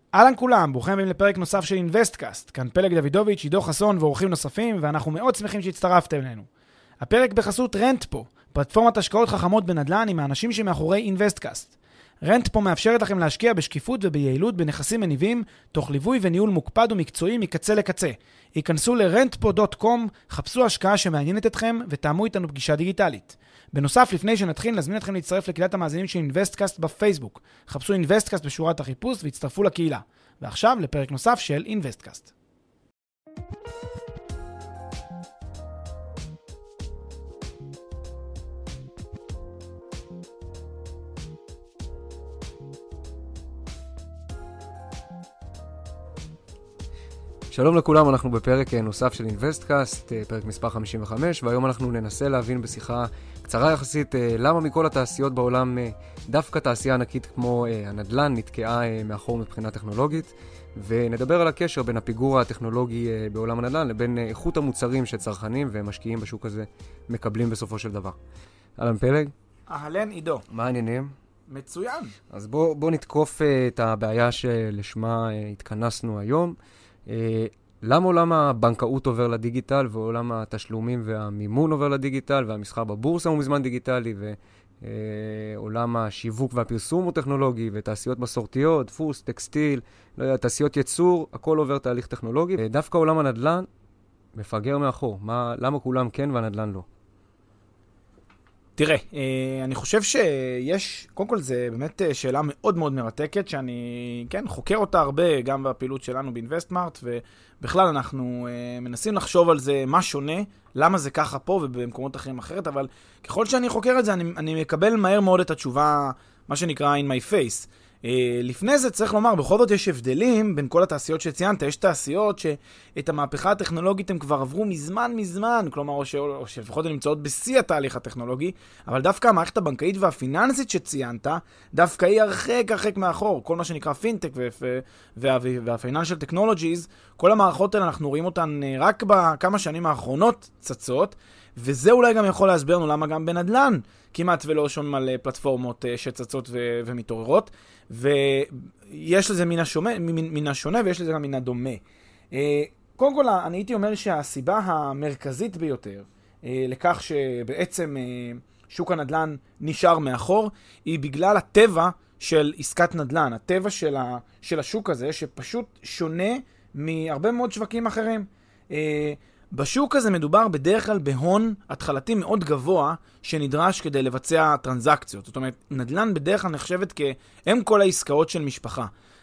אהלן כולם, ברוכים הבאים לפרק נוסף של אינבסטקאסט. כאן פלג דוידוביץ', עידו חסון ואורחים נוספים, ואנחנו מאוד שמחים שהצטרפתם אלינו. הפרק בחסות רנטפו, פלטפורמת השקעות חכמות בנדל"ן עם האנשים שמאחורי אינבסטקאסט. רנטפו מאפשרת לכם להשקיע בשקיפות וביעילות בנכסים מניבים, תוך ליווי וניהול מוקפד ומקצועי מקצה לקצה. היכנסו ל-rentpo.com, חפשו השקעה שמעניינת אתכם ותאמו איתנו פגישה דיגיטלית. בנוסף, לפני שנתחיל, נזמין אתכם להצטרף לקהילת המאזינים של אינבסטקאסט בפייסבוק. חפשו אינבסטקאסט בשורת החיפוש והצטרפו לקהילה. ועכשיו לפרק נוסף של אינבסטקאסט. שלום לכולם, אנחנו בפרק נוסף של אינבסטקאסט, פרק מספר 55, והיום אנחנו ננסה להבין בשיחה קצרה יחסית למה מכל התעשיות בעולם דווקא תעשייה ענקית כמו הנדל"ן נתקעה מאחור מבחינה טכנולוגית, ונדבר על הקשר בין הפיגור הטכנולוגי בעולם הנדל"ן לבין איכות המוצרים שצרכנים ומשקיעים בשוק הזה מקבלים בסופו של דבר. אהלן פלג. אהלן עידו. מה העניינים? מצוין. אז בוא נתקוף את הבעיה שלשמה התכנסנו היום. למה עולם הבנקאות עובר לדיגיטל ועולם התשלומים והמימון עובר לדיגיטל והמסחר בבורסה הוא מזמן דיגיטלי ועולם השיווק והפרסום הוא טכנולוגי ותעשיות מסורתיות, דפוס, טקסטיל, תעשיות ייצור, הכל עובר תהליך טכנולוגי. דווקא עולם הנדל"ן מפגר מאחור. למה כולם כן והנדל"ן לא? תראה, אני חושב שיש, קודם כל זה באמת שאלה מאוד מאוד מרתקת, שאני חוקר אותה הרבה גם בפעילות שלנו באינבסטמארט, ובכלל אנחנו מנסים לחשוב על זה מה שונה, למה זה ככה פה ובמקומות אחרים אחרת, אבל ככל שאני חוקר את זה, אני מקבל מהר מאוד את התשובה, מה שנקרא in my face. לפני זה צריך לומר, בכל זאת יש הבדלים בין כל התעשיות שציינת. יש תעשיות שאת המהפכה הטכנולוגית הם כבר עברו מזמן, כלומר, או שלפחות הן נמצאות בשיא התהליך הטכנולוגי, אבל דווקא המערכת הבנקאית והפיננסית שציינת, דווקא היא הרחק מאחור. כל מה שנקרא פינטק והפייננשל טכנולוגיז, כל המערכות האלה אנחנו רואים אותן רק בכמה שנים האחרונות צצות, וזה אולי גם יכול להסביר לנו למה גם בנדל"ן כמעט ולא שומעים על פלטפורמות שצצות ומתעוררות, ויש לזה מן השונה ויש לזה גם מן הדומה. קודם כל, אני הייתי אומר שהסיבה המרכזית ביותר לכך שבעצם שוק הנדל"ן נשאר מאחור, היא בגלל הטבע של עסקת נדל"ן, הטבע של השוק הזה, שפשוט שונה מהרבה מאוד שווקים אחרים. בשוק הזה מדובר בדרך כלל בהון התחלתי מאוד גבוה שנדרש כדי לבצע טרנזקציות. זאת אומרת, נדל"ן בדרך כלל נחשבת כאם כל העסקאות של משפחה.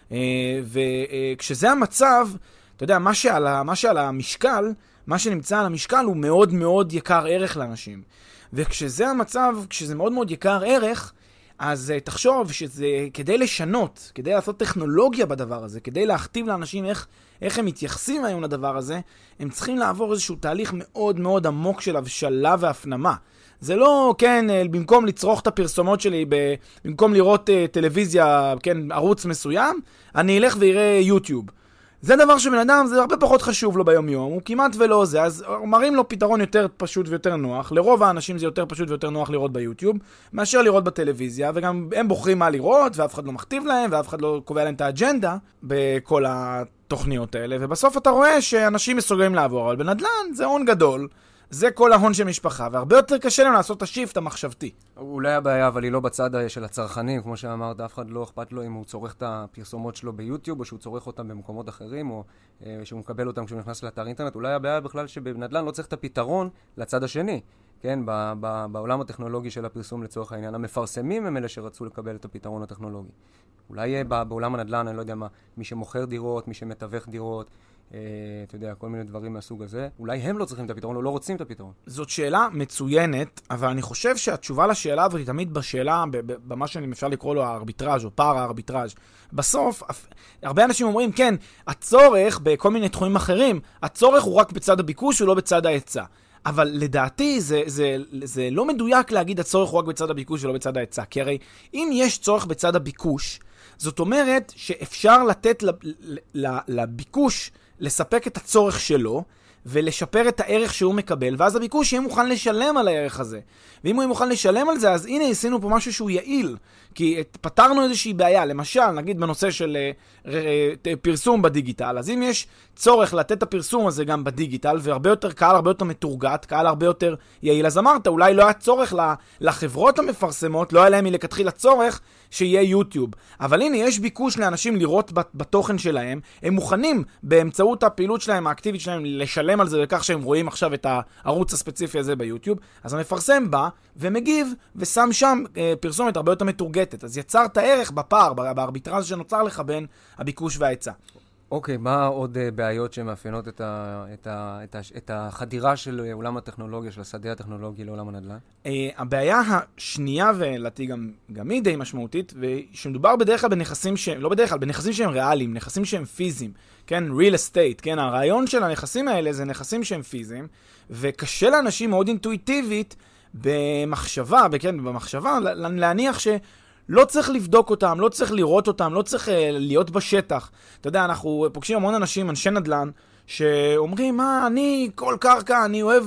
וכשזה המצב, אתה יודע, מה שעל המשקל, מה שנמצא על המשקל הוא מאוד מאוד יקר ערך לאנשים. וכשזה המצב, כשזה מאוד מאוד יקר ערך, אז תחשוב שזה כדי לשנות, כדי לעשות טכנולוגיה בדבר הזה, כדי להכתיב לאנשים איך הם מתייחסים היום לדבר הזה, הם צריכים לעבור איזשהו תהליך מאוד מאוד עמוק של הבשלה והפנמה. זה לא, במקום לצרוך את הפרסומות שלי, במקום לראות טלוויזיה, ערוץ מסוים, אני אלך ויראה יוטיוב. זה דבר שבן אדם, זה הרבה פחות חשוב לו ביום יום, הוא כמעט ולא זה, אז מראים לו פתרון יותר פשוט ויותר נוח. לרוב האנשים זה יותר פשוט ויותר נוח לראות ביוטיוב, מאשר לראות בטלוויזיה, וגם הם בוחרים מה לראות, ואף אחד לא מכתיב להם, ואף אחד לא קובע להם את האג'נדה בכל התוכניות האלה, ובסוף אתה רואה שאנשים מסוגלים לעבור, אבל בנדל"ן זה הון גדול, זה כל ההון של משפחה, והרבה יותר קשה להם לעשות את השיפט המחשבתי. אולי הבעיה, אבל היא לא בצד של הצרכנים, כמו שאמרת, אף אחד לא אכפת לו אם הוא צורך את הפרסומות שלו ביוטיוב, או שהוא צורך אותם במקומות אחרים, או שהוא מקבל אותם כשהוא נכנס לאתר אינטרנט. אולי הבעיה בכלל שבנדל"ן לא צריך את הפתרון לצד השני. כן, בעולם הטכנולוגי של הפרסום לצורך העניין, המפרסמים הם אלה שרצו לקבל את הפתרון הטכנולוגי. אולי בעולם הנדל"ן, אני לא יודע מה, מי שמוכר דירות, מי שמתווך דירות, אתה יודע, כל מיני דברים מהסוג הזה. אולי הם לא צריכים את הפתרון או לא רוצים את הפתרון. זאת שאלה מצוינת, אבל אני חושב שהתשובה לשאלה הזאת היא תמיד בשאלה, במה שאני אפשר לקרוא לו הארביטראז' או פער הארביטראז'. בסוף, הרבה אנשים אומרים, כן, הצורך בכל מיני תחומים אחרים, הצורך הוא רק בצד הביקוש ולא בצד ההיצע. אבל לדעתי זה לא מדויק להגיד הצורך הוא רק בצד הביקוש ולא בצד ההיצע. כי הרי אם יש צורך בצד הביקוש, זאת אומרת שאפשר לתת לביקוש לספק את הצורך שלו, ולשפר את הערך שהוא מקבל, ואז הביקוש יהיה מוכן לשלם על הערך הזה. ואם הוא יהיה מוכן לשלם על זה, אז הנה עשינו פה משהו שהוא יעיל, כי פתרנו איזושהי בעיה, למשל, נגיד בנושא של פרסום בדיגיטל, אז אם יש צורך לתת את הפרסום הזה גם בדיגיטל, והרבה יותר קהל, הרבה יותר מתורגת, קהל הרבה יותר יעיל, אז אמרת, אולי לא היה צורך לחברות המפרסמות, לא היה להם מלכתחילה צורך שיהיה יוטיוב. אבל הנה, יש ביקוש לאנשים לראות בתוכן שלהם, הם מוכנים באמצעות הפעילות שלהם, האקטיבית שלהם, לשלם על זה בכך שהם רואים עכשיו את הערוץ הספציפי הזה ביוטיוב, אז המפרסם בא ומגיב ושם שם פרסומת הרבה יותר מתורגטת. אז יצרת הערך בפער, בארביטרז שנוצר לך בין הביקוש וההיצע. אוקיי, מה עוד בעיות שמאפיינות את החדירה של עולם הטכנולוגיה, של השדה הטכנולוגי לעולם הנדל"ן? הבעיה השנייה, ולתי גם היא די משמעותית, ושמדובר בדרך כלל בנכסים לא בדרך כלל, בנכסים שהם ריאליים, נכסים שהם פיזיים, כן, real estate, כן, הרעיון של הנכסים האלה זה נכסים שהם פיזיים, וקשה לאנשים מאוד אינטואיטיבית במחשבה, להניח לא צריך לבדוק אותם, לא צריך לראות אותם, לא צריך להיות בשטח. אתה יודע, אנחנו פוגשים המון אנשים, אנשי נדל"ן, שאומרים, אני כל קרקע, אני אוהב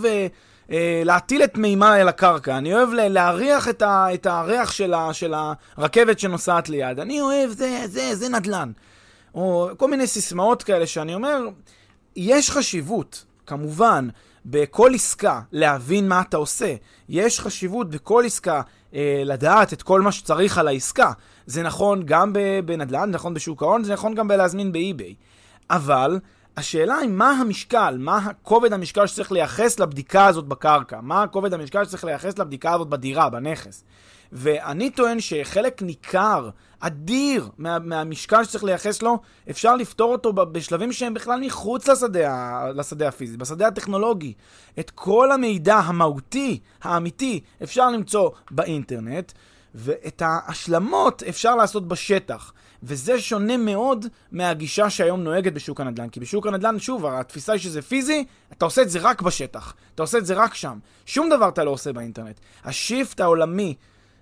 להטיל את מימה אל הקרקע, אני אוהב להריח את הריח של הרכבת שנוסעת ליד, אני אוהב, זה נדל"ן. או כל מיני סיסמאות כאלה שאני אומר, יש חשיבות, כמובן, בכל עסקה להבין מה אתה עושה. יש חשיבות בכל עסקה לדעת את כל מה שצריך על העסקה. זה נכון גם בנדל"ן, זה נכון בשוק ההון, זה נכון גם בלהזמין באי-ביי. אבל השאלה היא מה המשקל, מה הכובד המשקל שצריך לייחס לבדיקה הזאת בקרקע, מה הכובד המשקל שצריך לייחס לבדיקה הזאת בדירה, בנכס. ואני טוען שחלק ניכר, אדיר, מהמשקל שצריך לייחס לו, אפשר לפתור אותו בשלבים שהם בכלל מחוץ לשדה הפיזי, בשדה הטכנולוגי. את כל המידע המהותי, האמיתי, אפשר למצוא באינטרנט, ואת ההשלמות אפשר לעשות בשטח. וזה שונה מאוד מהגישה שהיום נוהגת בשוק הנדל"ן. כי בשוק הנדל"ן, שוב, התפיסה היא שזה פיזי, אתה עושה את זה רק בשטח. אתה עושה את זה רק שם. שום דבר אתה לא עושה באינטרנט. השיפט העולמי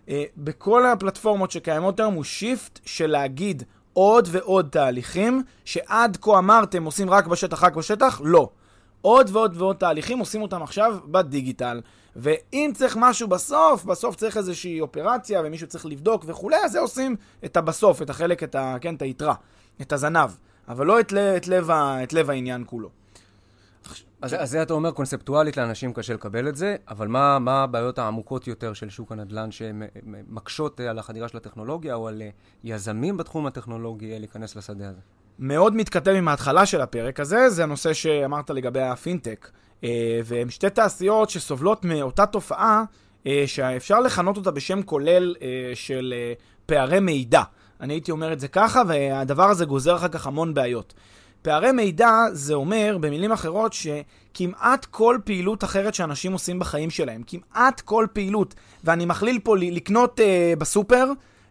בכל הפלטפורמות שקיימות היום הוא שיפט של להגיד עוד ועוד תהליכים שעד כה אמרתם עושים רק בשטח, לא. עוד ועוד ועוד תהליכים עושים אותם עכשיו בדיגיטל. ואם צריך משהו בסוף צריך איזושהי אופרציה ומישהו צריך לבדוק וכו', אז זה עושים את הבסוף, את החלק, את היתרה, את הזנב, אבל לא את לב העניין כולו. אז זה אתה אומר קונספטואלית לאנשים קשה לקבל את זה, אבל מה הבעיות העמוקות יותר של שוק הנדל"ן שמקשות על החדירה של הטכנולוגיה או על יזמים בתחום הטכנולוגי להיכנס לשדה הזה? מאוד מתכתב עם ההתחלה של הפרק הזה, זה הנושא שאמרת לגבי הפינטק, והם שתי תעשיות שסובלות מאותה תופעה שאפשר לכנות אותה בשם כולל של פערי מידע. אני הייתי אומר את זה ככה, והדבר הזה גוזר אחר כך המון בעיות. פערי מידע זה אומר, במילים אחרות, שכמעט כל פעילות אחרת שאנשים עושים בחיים שלהם, כמעט כל פעילות, ואני מכליל פה לקנות בסופר,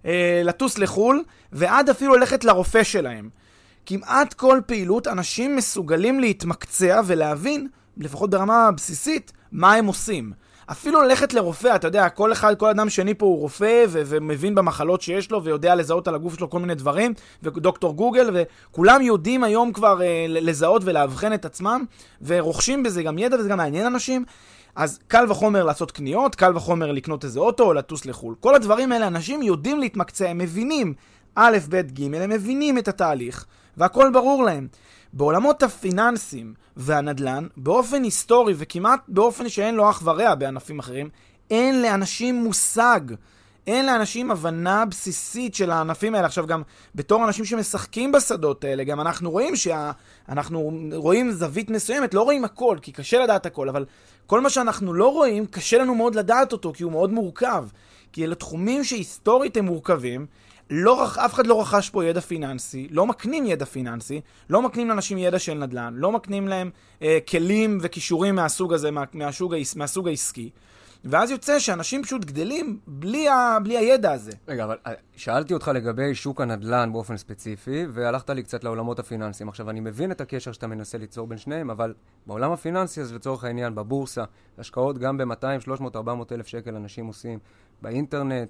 לטוס לחול, ועד אפילו ללכת לרופא שלהם. כמעט כל פעילות אנשים מסוגלים להתמקצע ולהבין, לפחות ברמה בסיסית, מה הם עושים. אפילו ללכת לרופא, אתה יודע, כל אדם שני פה הוא רופא ומבין במחלות שיש לו ויודע לזהות על הגוף שלו כל מיני דברים, ודוקטור גוגל, וכולם יודעים היום כבר לזהות ולהבחן את עצמם, ורוכשים בזה גם ידע וזה גם מעניין אנשים. אז קל וחומר לעשות קניות, קל וחומר לקנות איזה אוטו או לטוס לחול. כל הדברים האלה אנשים יודעים להתמקצע, הם מבינים א', ב', ג', הם מבינים את התהליך, והכל ברור להם. בעולמות הפיננסים והנדל"ן, באופן היסטורי וכמעט באופן שאין לו אח ורע בענפים אחרים, אין לאנשים מושג, אין לאנשים הבנה בסיסית של הענפים האלה. עכשיו גם בתור אנשים שמשחקים בשדות האלה, גם אנחנו רואים אנחנו רואים זווית מסוימת, לא רואים הכל, כי קשה לדעת הכל, אבל כל מה שאנחנו לא רואים, קשה לנו מאוד לדעת אותו, כי הוא מאוד מורכב. כי אלה תחומים שהיסטורית הם מורכבים, אף אחד לא רכש פה ידע פיננסי, לא מקנים ידע פיננסי, לא מקנים לאנשים ידע של נדל"ן, לא מקנים להם כלים וכישורים מהסוג הזה, מהסוג העסקי. ואז יוצא שאנשים פשוט גדלים בלי הידע הזה. רגע, אבל שאלתי אותך לגבי שוק הנדל"ן באופן ספציפי, והלכת לי קצת לעולמות הפיננסיים. עכשיו, אני מבין את הקשר שאתה מנסה ליצור בין שניהם, אבל בעולם הפיננסי, אז לצורך העניין, בבורסה, השקעות גם ב-200, 300, 400 אלף שקל אנשים עושים באינטרנט,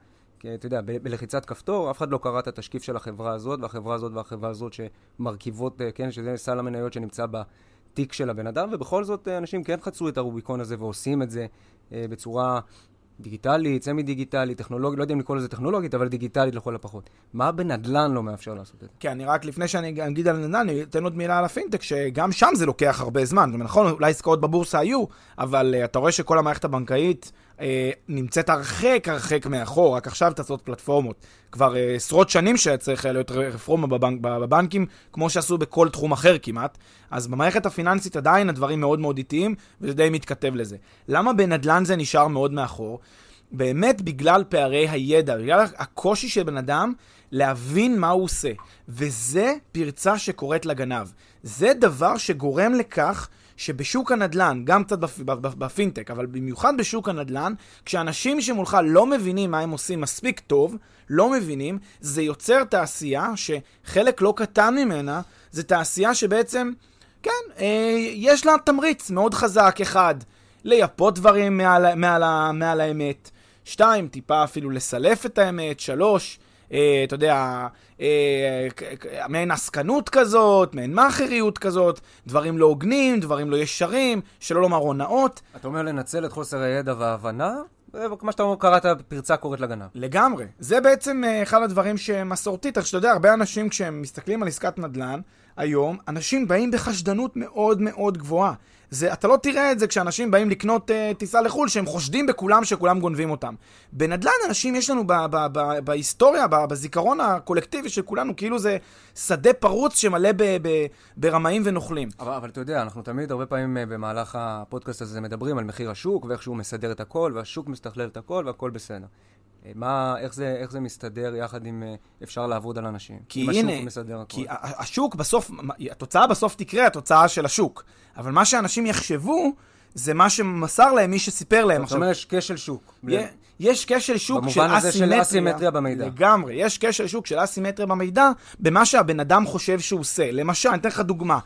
אתה יודע, בלחיצת כפתור, אף אחד לא קרא את התשקיף של החברה הזאת, והחברה הזאת והחברה הזאת שמרכיבות, כן, שזה סל המניות שנמצא התיק של הבן אדם, ובכל זאת אנשים כן חצו את הרוביקון הזה ועושים את זה בצורה דיגיטלית, סמי-דיגיטלית, טכנולוגית, לא יודע אם לקרוא לזה טכנולוגית, אבל דיגיטלית לכל הפחות. מה בנדל"ן לא מאפשר לעשות את זה? כן, אני רק לפני שאני אגיד על נדל"ן, אני אתן עוד מילה על הפינטק, שגם שם זה לוקח הרבה זמן. נכון, אולי עסקאות בבורסה היו, אבל אתה רואה שכל המערכת הבנקאית נמצאת הרחק מאחור, רק עכשיו תעשות פלטפורמות. כבר עשרות שנים שצריך להיות רפורמה בבנקים, כמו שעשו בכל תחום אחר כמעט. אז במערכת הפיננסית עדיין הדברים מאוד מאוד איטיים, וזה די מתכתב לזה. למה בנדל"ן זה נשאר מאוד מאחור? באמת בגלל פערי הידע, בגלל הקושי של בן אדם להבין מה הוא עושה. וזה פרצה שקורית לגנב. זה דבר שגורם לכך שבשוק הנדל"ן, גם קצת בפינטק, אבל במיוחד בשוק הנדל"ן, כשאנשים שמולך לא מבינים מה הם עושים מספיק טוב, לא מבינים, זה יוצר תעשייה שחלק לא קטן ממנה, זה תעשייה שבעצם, כן, יש לה תמריץ מאוד חזק, אחד, לייפות דברים מעל האמת, 2, טיפה אפילו לסלף את האמת, 3, אתה יודע, מעין עסקנות כזאת, מעין מאחריות כזאת, דברים לא הוגנים, דברים לא ישרים, שלא לומר הונאות. אתה אומר לנצל את חוסר הידע וההבנה, וכמה שאתה אומר, קראת פרצה קורית לגנב. לגמרי. זה בעצם אחד הדברים שמסורתית, איך שאתה יודע, הרבה אנשים כשהם מסתכלים על עסקת נדל"ן, היום, אנשים באים בחשדנות מאוד מאוד גבוהה. אתה לא תראה את זה כשאנשים באים לקנות טיסה לחול, שהם חושדים בכולם שכולם גונבים אותם. בנדל"ן אנשים יש לנו בהיסטוריה, בזיכרון הקולקטיבי של כולנו, כאילו זה שדה פרוץ שמלא ברמאים ונוכלים. אבל אתה יודע, אנחנו תמיד הרבה פעמים במהלך הפודקאסט הזה מדברים על מחיר השוק, ואיך שהוא מסדר את הכל, והשוק מסתכלל את הכל, והכל בסדר. איך זה מסתדר יחד עם אפשר לעבוד על אנשים? כי הנה, כי השוק בסוף, התוצאה בסוף תקרה, התוצאה של השוק. אבל מה שאנשים יחשבו, זה מה שמסר להם, מי שסיפר להם. זאת אומרת, יש כשל שוק. יש כשל שוק של במובן הזה של אסימטריה במידע. לגמרי, יש כשל שוק של אסימטריה במידע, במה שהבן אדם חושב שהוא עושה. למשל, אני אתן לך דוגמה.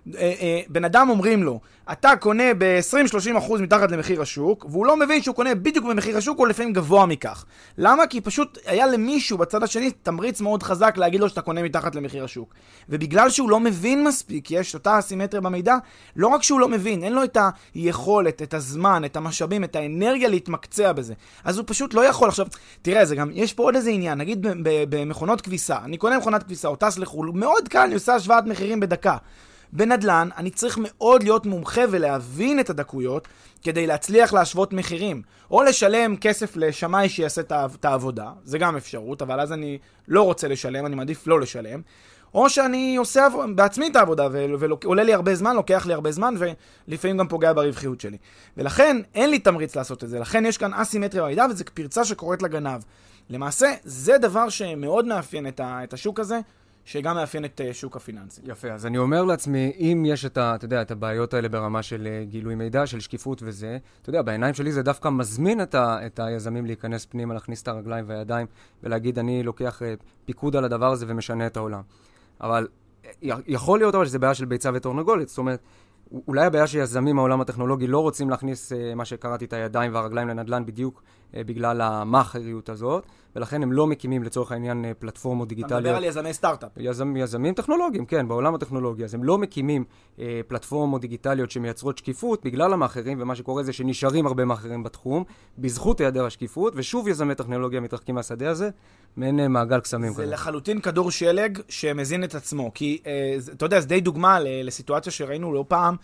בן אדם אומרים לו, אתה קונה ב-20-30% מתחת למחיר השוק, והוא לא מבין שהוא קונה בדיוק במחיר השוק, או לפעמים גבוה מכך. למה? כי פשוט היה למישהו בצד השני תמריץ מאוד חזק להגיד לו שאתה קונה מתחת למחיר השוק. ובגלל שהוא לא מבין מספיק, יש אותה אסימטריה במידע, לא רק שהוא לא מבין, אין לו את היכולת, את הזמן, את המשאבים, את האנרגיה להתמקצע בזה. אז הוא פשוט לא יכול. עכשיו, תראה, זה גם, יש פה עוד איזה עניין, נגיד במכונות כביסה. אני קונה מכונת כביסה, או טס לחול, מאוד קל, אני עושה השוואת מחירים בדקה. בנדל"ן אני צריך מאוד להיות מומחה ולהבין את הדקויות כדי להצליח להשוות מחירים. או לשלם כסף לשמאי שיעשה את העבודה, זה גם אפשרות, אבל אז אני לא רוצה לשלם, אני מעדיף לא לשלם. או שאני עושה בעצמי את העבודה, ועולה לי הרבה זמן, לוקח לי הרבה זמן, ולפעמים גם פוגע ברווחיות שלי. ולכן אין לי תמריץ לעשות את זה. לכן יש כאן אסימטריה במידע, וזו פרצה שקורית לגנב. למעשה, זה דבר שמאוד מאפיין את השוק הזה, שגם מאפיין את שוק הפיננסי. יפה, אז אני אומר לעצמי, אם יש אתה יודע, את הבעיות האלה ברמה של גילוי מידע, של שקיפות וזה, אתה יודע, בעיניים שלי זה דווקא מזמין את היזמים להיכנס פנימה, להכניס את הרגליים והידיים, ולהגיד, אני לוקח פיקוד על הדבר הזה ומשנה את העולם. אבל יכול להיות אבל שזה בעיה של ביצה ותרנגולת, זאת אומרת, אולי הבעיה שיזמים מהעולם הטכנולוגי לא רוצים להכניס מה שקראתי את הידיים והרגליים לנדל"ן בדיוק בגלל המאחריות הזאת, ולכן הם לא מקימים לצורך העניין פלטפורמות דיגיטליות. אתה מדבר על יזמי סטארט-אפ. יזמים טכנולוגיים, כן, בעולם הטכנולוגי. אז הם לא מקימים פלטפורמות דיגיטליות שמייצרות שקיפות בגלל המאחרים, ומה שקורה זה שנשארים הרבה מאחרים בתחום, בזכות היעדר השקיפות, ושוב יזמי טכנולוגיה מתרחקים מהשדה הזה, מעין מעגל קסמים כזה. זה לחלוטין כדור שלג שמזין את עצמו, כי אתה יודע, זה די דוגמה לסיטואציה שראינו לא פעם,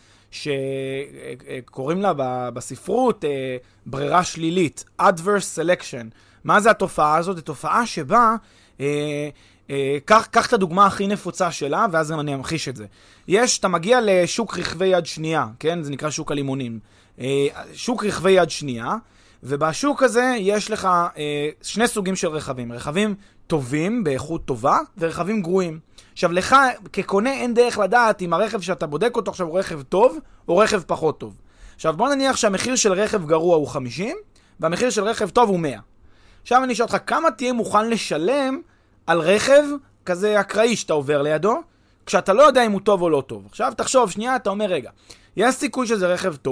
שקוראים לה בספרות ברירה שלילית, adverse selection. מה זה התופעה הזאת? זו תופעה שבה, קח את הדוגמה הכי נפוצה שלה, ואז אני אמחיש את זה. אתה מגיע לשוק רכבי יד שנייה, כן? זה נקרא שוק הלימונים. שוק רכבי יד שנייה, ובשוק הזה יש לך שני סוגים של רכבים. רכבים טובים, באיכות טובה, ורכבים גרועים. עכשיו, לך כקונה אין דרך לדעת אם הרכב שאתה בודק אותו עכשיו הוא רכב טוב, או רכב פחות טוב. עכשיו, בוא נניח שהמחיר של רכב גרוע הוא 50, והמחיר של רכב טוב הוא 100. עכשיו אני אשאל אותך, כמה תהיה מוכן לשלם על רכב כזה אקראי שאתה עובר לידו, כשאתה לא יודע אם הוא טוב או לא טוב. עכשיו תחשוב, שנייה, אתה אומר, רגע, יש סיכוי שזה רכב טוב,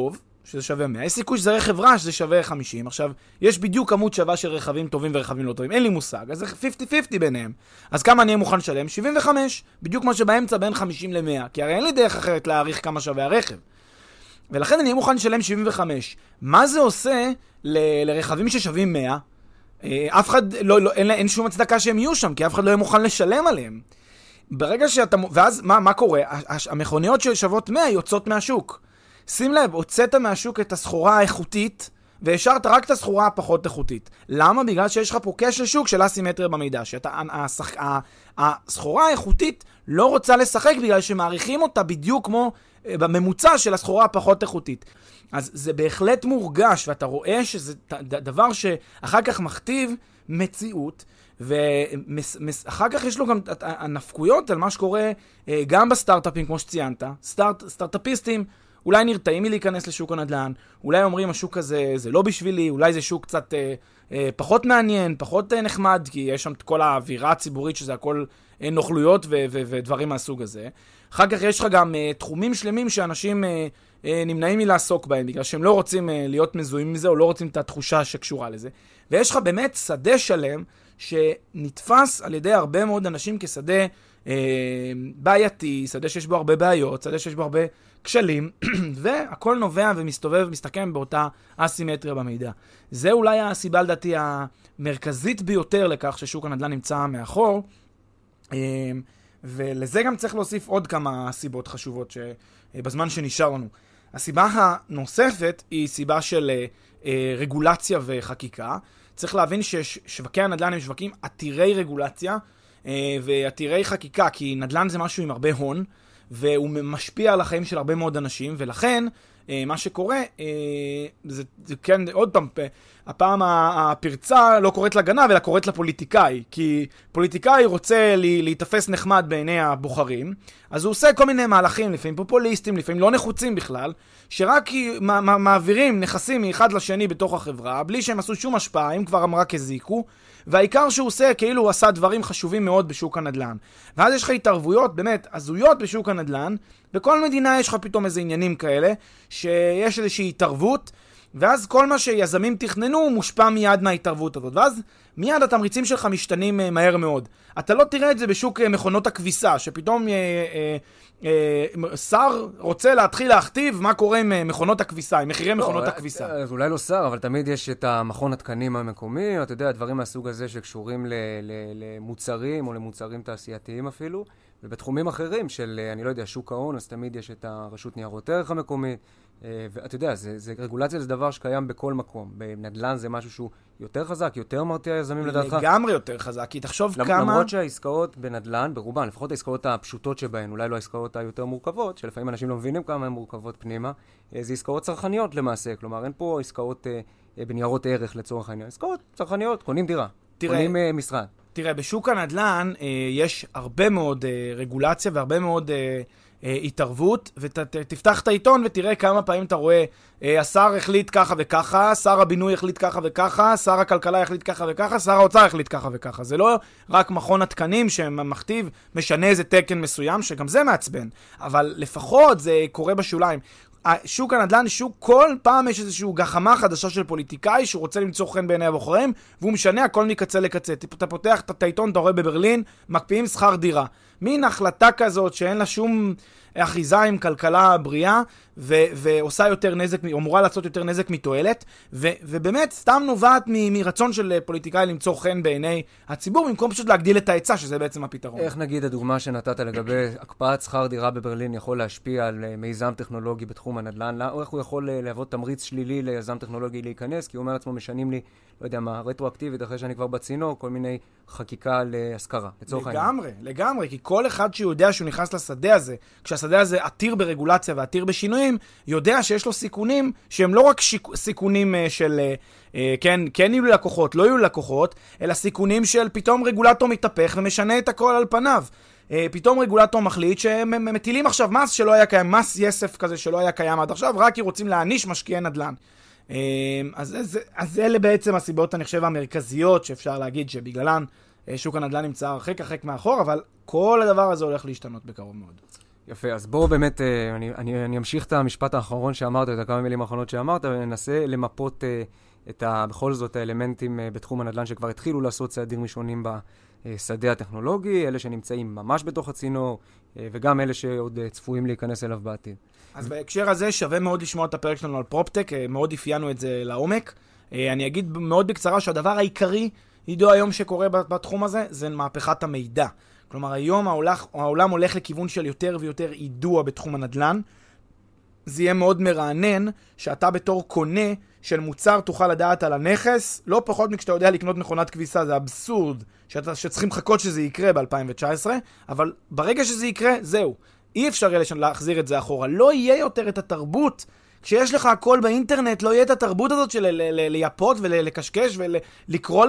שזה שווה 100, יש סיכוי שזה רכב רע, שזה שווה 50. עכשיו, יש בדיוק כמות שווה של רכבים טובים ורכבים לא טובים, אין לי מושג, אז זה 50-50 ביניהם. אז כמה אני מוכן לשלם? 75, בדיוק כמו שבאמצע בין 50 ל-100, כי הרי אין לי דרך אחרת להעריך כמה שווה הרכב. ולכן אני מוכן לשלם 75. מה זה עושה לרכבים ששווים 100? אף אחד, אין שום הצדקה שהם יהיו שם, כי אף אחד לא יהיה מוכן לשלם עליהם. ברגע שאתה, ואז מה קורה? המכוניות ששוות 100 יוצאות מהשוק. שים לב, הוצאת מהשוק את הסחורה האיכותית, והשארת רק את הסחורה הפחות איכותית. למה? בגלל שיש לך פה כשל שוק של אסימטריה במידע, הסחורה האיכותית לא רוצה לשחק בגלל שמעריכים אותה בדיוק כמו בממוצע של הסחורה הפחות איכותית. אז זה בהחלט מורגש, ואתה רואה שזה דבר שאחר כך מכתיב מציאות, ואחר כך יש לו גם הנפקויות על מה שקורה גם בסטארט-אפים, כמו שציינת. סטארט-אפיסטים אולי נרתעים מלהיכנס לשוק הנדל"ן, אולי אומרים השוק הזה זה לא בשבילי, אולי זה שוק קצת פחות מעניין, פחות נחמד, כי יש שם כל האווירה הציבורית שזה הכל נוכלויות ודברים מהסוג הזה. אחר כך יש לך גם תחומים שלמים שאנשים נמנעים מלעסוק בהם, בגלל שהם לא רוצים להיות מזוהים מזה, או לא רוצים את התחושה שקשורה לזה. ויש לך באמת שדה שלם, שנתפס על ידי הרבה מאוד אנשים כשדה בעייתי, שדה שיש בו הרבה בעיות, שדה שיש בו הרבה כשלים, והכל נובע ומסתובב ומסתכם באותה אסימטריה במידע. זה אולי הסיבה לדעתי המרכזית ביותר לכך ששוק הנדל"ן נמצא מאחור, ולזה גם צריך להוסיף עוד כמה סיבות חשובות בזמן שנשאר לנו. הסיבה הנוספת היא סיבה של רגולציה וחקיקה. צריך להבין ששווקי הנדל"ן הם שווקים עתירי רגולציה ועתירי חקיקה, כי נדל"ן זה משהו עם הרבה הון, והוא משפיע על החיים של הרבה מאוד אנשים, ולכן מה שקורה, זה כן, עוד פעם, הפעם הפרצה לא קוראת לגנב, אלא קוראת לפוליטיקאי, כי פוליטיקאי רוצה להתאפס נחמד בעיני הבוחרים, אז הוא עושה כל מיני מהלכים, לפעמים פופוליסטים, לפעמים לא נחוצים בכלל, שרק מעבירים נכסים מאחד לשני בתוך החברה, בלי שהם עשו שום השפעה, הם כבר רק הזיקו, והעיקר שהוא עושה כאילו הוא עשה דברים חשובים מאוד בשוק הנדל"ן. ואז יש לך התערבויות באמת הזויות בשוק הנדל"ן, בכל מדינה יש לך פתאום איזה עניינים כאלה, שיש איזושהי התערבות, ואז כל מה שיזמים תכננו מושפע מיד מההתערבות הזאת, ואז מיד התמריצים שלך משתנים מהר מאוד. אתה לא תראה את זה בשוק מכונות הכביסה, שפתאום שר רוצה להתחיל להכתיב מה קורה עם מכונות הכביסה, עם מחירי מכונות הכביסה. אולי לא שר, אבל תמיד יש את המכון התקנים המקומי, אתה יודע, דברים מהסוג הזה שקשורים למוצרים או למוצרים תעשייתיים אפילו, ובתחומים אחרים של, אני לא יודע, שוק ההון, אז תמיד יש את הרשות ניירות ערך המקומית, ואתה יודע, רגולציה זה דבר שקיים בכל מקום. בנדל"ן זה משהו שהוא יותר חזק, יותר מרתיע יזמים לדעתך. לגמרי יותר חזק, כי תחשוב כמה... למרות שהעסקאות בנדל"ן, ברובן, לפחות העסקאות הפשוטות שבהן, אולי לא העסקאות היותר מורכבות, שלפעמים אנשים לא מבינים כמה הן מורכבות פנימה, זה עסקאות צרכניות למעשה. כלומר, אין פה עסקאות בניירות ערך לצורך העניין. עסקאות צרכניות, קונים דירה, קונים משרד. תראה, בשוק הנדל"ן יש הרבה מאוד רגולציה והרבה מאוד התערבות, ותפתח את העיתון ותראה כמה פעמים אתה רואה השר החליט ככה וככה, שר הבינוי החליט ככה וככה, שר הכלכלה החליט ככה וככה, שר האוצר החליט ככה וככה. זה לא רק מכון התקנים שמכתיב, משנה איזה תקן מסוים, שגם זה מעצבן, אבל לפחות זה קורה בשוליים. שוק הנדל"ן, שוק כל פעם יש איזושהי גחמה חדשה של פוליטיקאי שהוא רוצה למצוא חן בעיני הבוחרים, והוא משנה הכל מקצה לקצה. אתה פותח את העיתון, אתה רואה בברלין, מקפיאים שכר דירה. מין החלטה כזאת שאין לה שום אחיזה עם כלכלה בריאה, ועושה יותר נזק, אמורה לעשות יותר נזק מתועלת, ובאמת סתם נובעת מרצון של פוליטיקאי למצוא חן בעיני הציבור, במקום פשוט להגדיל את ההיצע, שזה בעצם הפתרון. איך נגיד הדוגמה שנתת לגבי הקפאת שכר דירה בברלין יכול להשפיע על מיזם טכנולוגי בתחום הנדל"ן? או איך הוא יכול להוות תמריץ שלילי ליזם טכנולוגי להיכנס? כי הוא אומר לעצמו, משנים לי, לא יודע מה, רטרואקטיבית, אחרי שאני כבר בצינור, כל מיני חקיקה להשכרה, לצורך העניין. לגמרי, כי כל אחד שיודע שהוא נכנס לשדה הזה, כשהשדה הזה עתיר ברגולציה ועתיר בשינויים, יודע שיש לו סיכונים שהם לא רק סיכונים של כן יהיו לקוחות, לא יהיו לקוחות, אלא סיכונים של פתאום רגולטור מתהפך ומשנה את הכל על פניו. פתאום רגולטור מחליט שהם מטילים עכשיו מס שלא היה קיים, מס יסף כזה שלא היה קיים עד עכשיו, רק כי רוצים להעניש משקיעי נדל"ן. אז אלה בעצם הסיבות, אני חושב, המרכזיות שאפשר להגיד שבגללן שוק הנדל"ן נמצא הרחק מאחור, אבל כל הדבר הזה הולך להשתנות בקרוב מאוד. יפה, אז בואו באמת, אני אמשיך את המשפט האחרון שאמרת, את הכמה מילים האחרונות שאמרת, וננסה למפות בכל זאת האלמנטים בתחום הנדל"ן שכבר התחילו לעשות צעדים ראשונים בשדה הטכנולוגי, אלה שנמצאים ממש בתוך הצינור, וגם אלה שעוד צפויים להיכנס אליו בעתיד. אז בהקשר הזה שווה מאוד לשמוע את הפרק שלנו על פרופטק, מאוד אפיינו את זה לעומק. אני אגיד מאוד בקצרה שהדבר העיקרי, עידו היום שקורה בתחום הזה, זה מהפכת המידע. כלומר, היום העולם הולך לכיוון של יותר ויותר יידוע בתחום הנדל"ן. זה יהיה מאוד מרענן שאתה בתור קונה של מוצר תוכל לדעת על הנכס, לא פחות מכשאתה יודע לקנות מכונת כביסה, זה אבסורד שצריכים לחכות שזה יקרה ב-2019, אבל ברגע שזה יקרה, זהו. אי אפשר להחזיר את זה אחורה. לא יהיה יותר את התרבות. כשיש לך הכל באינטרנט, לא יהיה את התרבות הזאת של לייפות ולקשקש ולקרוא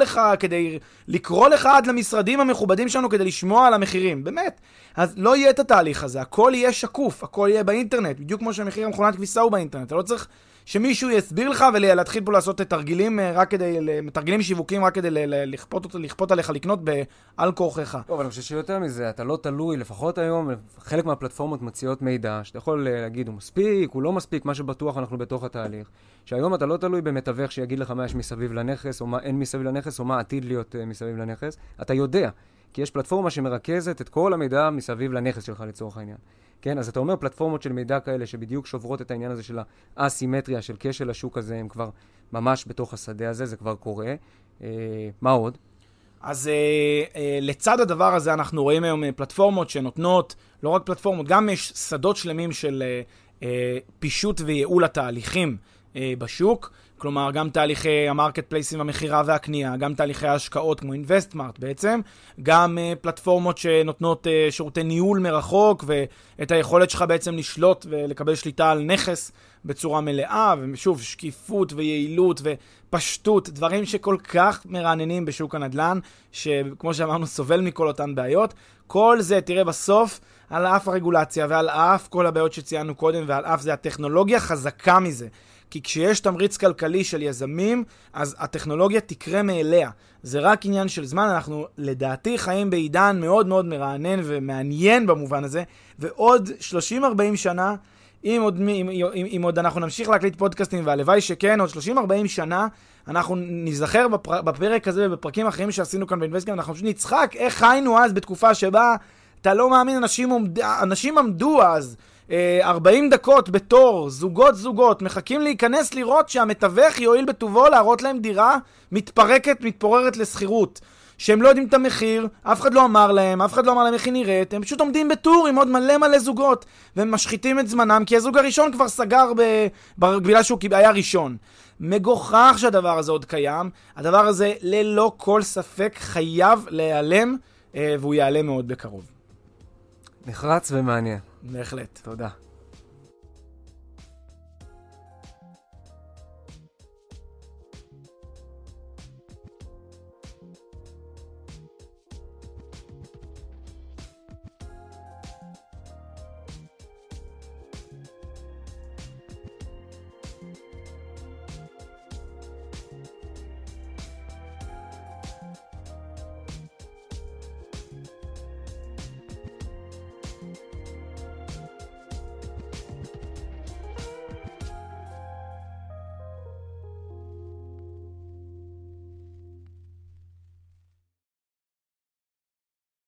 לך עד למשרדים המכובדים שלנו כדי לשמוע על המחירים. באמת. אז לא יהיה את התהליך הזה. הכל יהיה שקוף. הכל יהיה באינטרנט. בדיוק כמו שמחיר המכונת כביסה הוא באינטרנט. אתה לא צריך שמישהו יסביר לך ולהתחיל פה לעשות תרגילים שיווקים רק כדי לכפות עליך לקנות בעל כורחך. אבל אני חושב שיותר מזה, אתה לא תלוי, לפחות היום, חלק מהפלטפורמות מציעות מידע, שאתה יכול להגיד, הוא מספיק, הוא לא מספיק, מה שבטוח אנחנו בתוך התהליך. שהיום אתה לא תלוי במתווך שיגיד לך מה יש מסביב לנכס, או מה אין מסביב לנכס, או מה עתיד להיות מסביב לנכס. אתה יודע, כי יש פלטפורמה שמרכזת את כל המידע מסביב לנכס שלך לצורך העניין. כן, אז אתה אומר פלטפורמות של מידע כאלה שבדיוק שוברות את העניין הזה של האסימטריה, של כשל השוק הזה, הם כבר ממש בתוך השדה הזה, זה כבר קורה. מה עוד? אז לצד הדבר הזה אנחנו רואים היום פלטפורמות שנותנות, לא רק פלטפורמות, גם יש שדות שלמים של פישוט וייעול התהליכים בשוק, כלומר גם תהליכי המרקט פלייסים, המחירה והקנייה, גם תהליכי ההשקעות כמו InvestMart בעצם, גם פלטפורמות שנותנות שירותי ניהול מרחוק ואת היכולת שלך בעצם לשלוט ולקבל שליטה על נכס בצורה מלאה, ושוב שקיפות ויעילות ופשטות, דברים שכל כך מרעננים בשוק הנדל"ן, שכמו שאמרנו סובל מכל אותן בעיות. כל זה תראה בסוף על אף הרגולציה ועל אף כל הבעיות שציינו קודם ועל אף זה הטכנולוגיה חזקה מזה. כי כשיש תמריץ כלכלי של יזמים, אז הטכנולוגיה תקרה מאליה. זה רק עניין של זמן, אנחנו לדעתי חיים בעידן מאוד מאוד מרענן ומעניין במובן הזה, ועוד 30-40 שנה, אם עוד אנחנו נמשיך להקליט פודקאסטים, והלוואי שכן, עוד 30-40 שנה, אנחנו נזכר בפרק הזה ובפרקים אחרים שעשינו כאן באינבסטגרם, אנחנו פשוט נצחק איך חיינו אז בתקופה שבה, אתה לא מאמין, אנשים עמדו אז, 40 דקות בתור, זוגות, מחכים להיכנס לראות שהמתווך יועיל בטובו להראות להם דירה מתפוררת לסחירות. שהם לא יודעים את המחיר, אף אחד לא אמר להם איך היא נראית, הם פשוט עומדים בטור עם עוד מלא זוגות, והם משחיתים את זמנם, כי הזוג הראשון כבר סגר בגבילה שהוא היה ראשון. מגוחך שהדבר הזה עוד קיים, הדבר הזה ללא כל ספק חייב להיעלם, והוא יעלם מאוד בקרוב. נחרץ ומעניין. בהחלט. תודה.